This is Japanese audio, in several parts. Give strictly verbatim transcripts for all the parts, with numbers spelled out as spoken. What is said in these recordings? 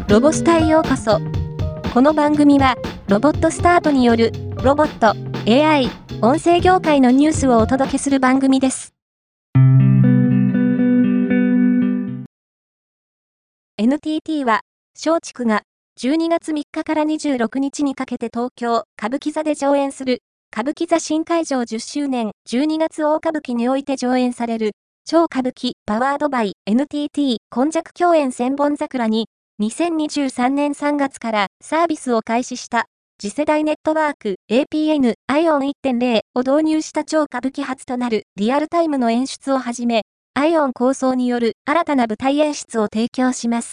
ロボスタへようこそ。この番組は、ロボットスタートによる、ロボット、エーアイ、音声業界のニュースをお届けする番組です。エヌティーティー は、松竹が、じゅうにがつみっかからにじゅうろくにちにかけて東京、歌舞伎座で上演する、歌舞伎座新会場じゅっしゅうねんじゅうにがつ大歌舞伎において上演される、超歌舞伎パワードバイ エヌティーティー 今昔共演千本桜ににせんにじゅうさんねんさんがつからサービスを開始した次世代ネットワーク エーピーエヌ アイオン いってんゼロ を導入した超歌舞伎初となるリアルタイムの演出をはじめ、アイオン構想による新たな舞台演出を提供します。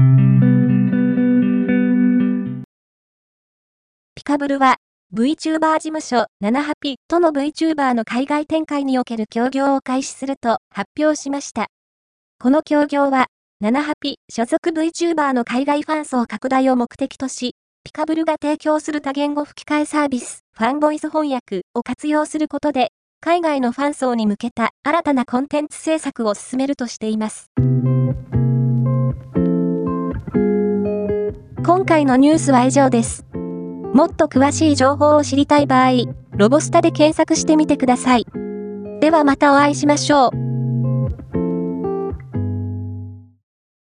ピカブルは VTuber 事務所ナナハピとの VTuber の海外展開における協業を開始すると発表しました。この協業はナナハピ所属 VTuber の海外ファン層拡大を目的とし、ピカブルが提供する多言語吹き替えサービスファンボイス翻訳を活用することで、海外のファン層に向けた新たなコンテンツ制作を進めるとしています。今回のニュースは以上です。もっと詳しい情報を知りたい場合、ロボスタで検索してみてください。ではまたお会いしましょう。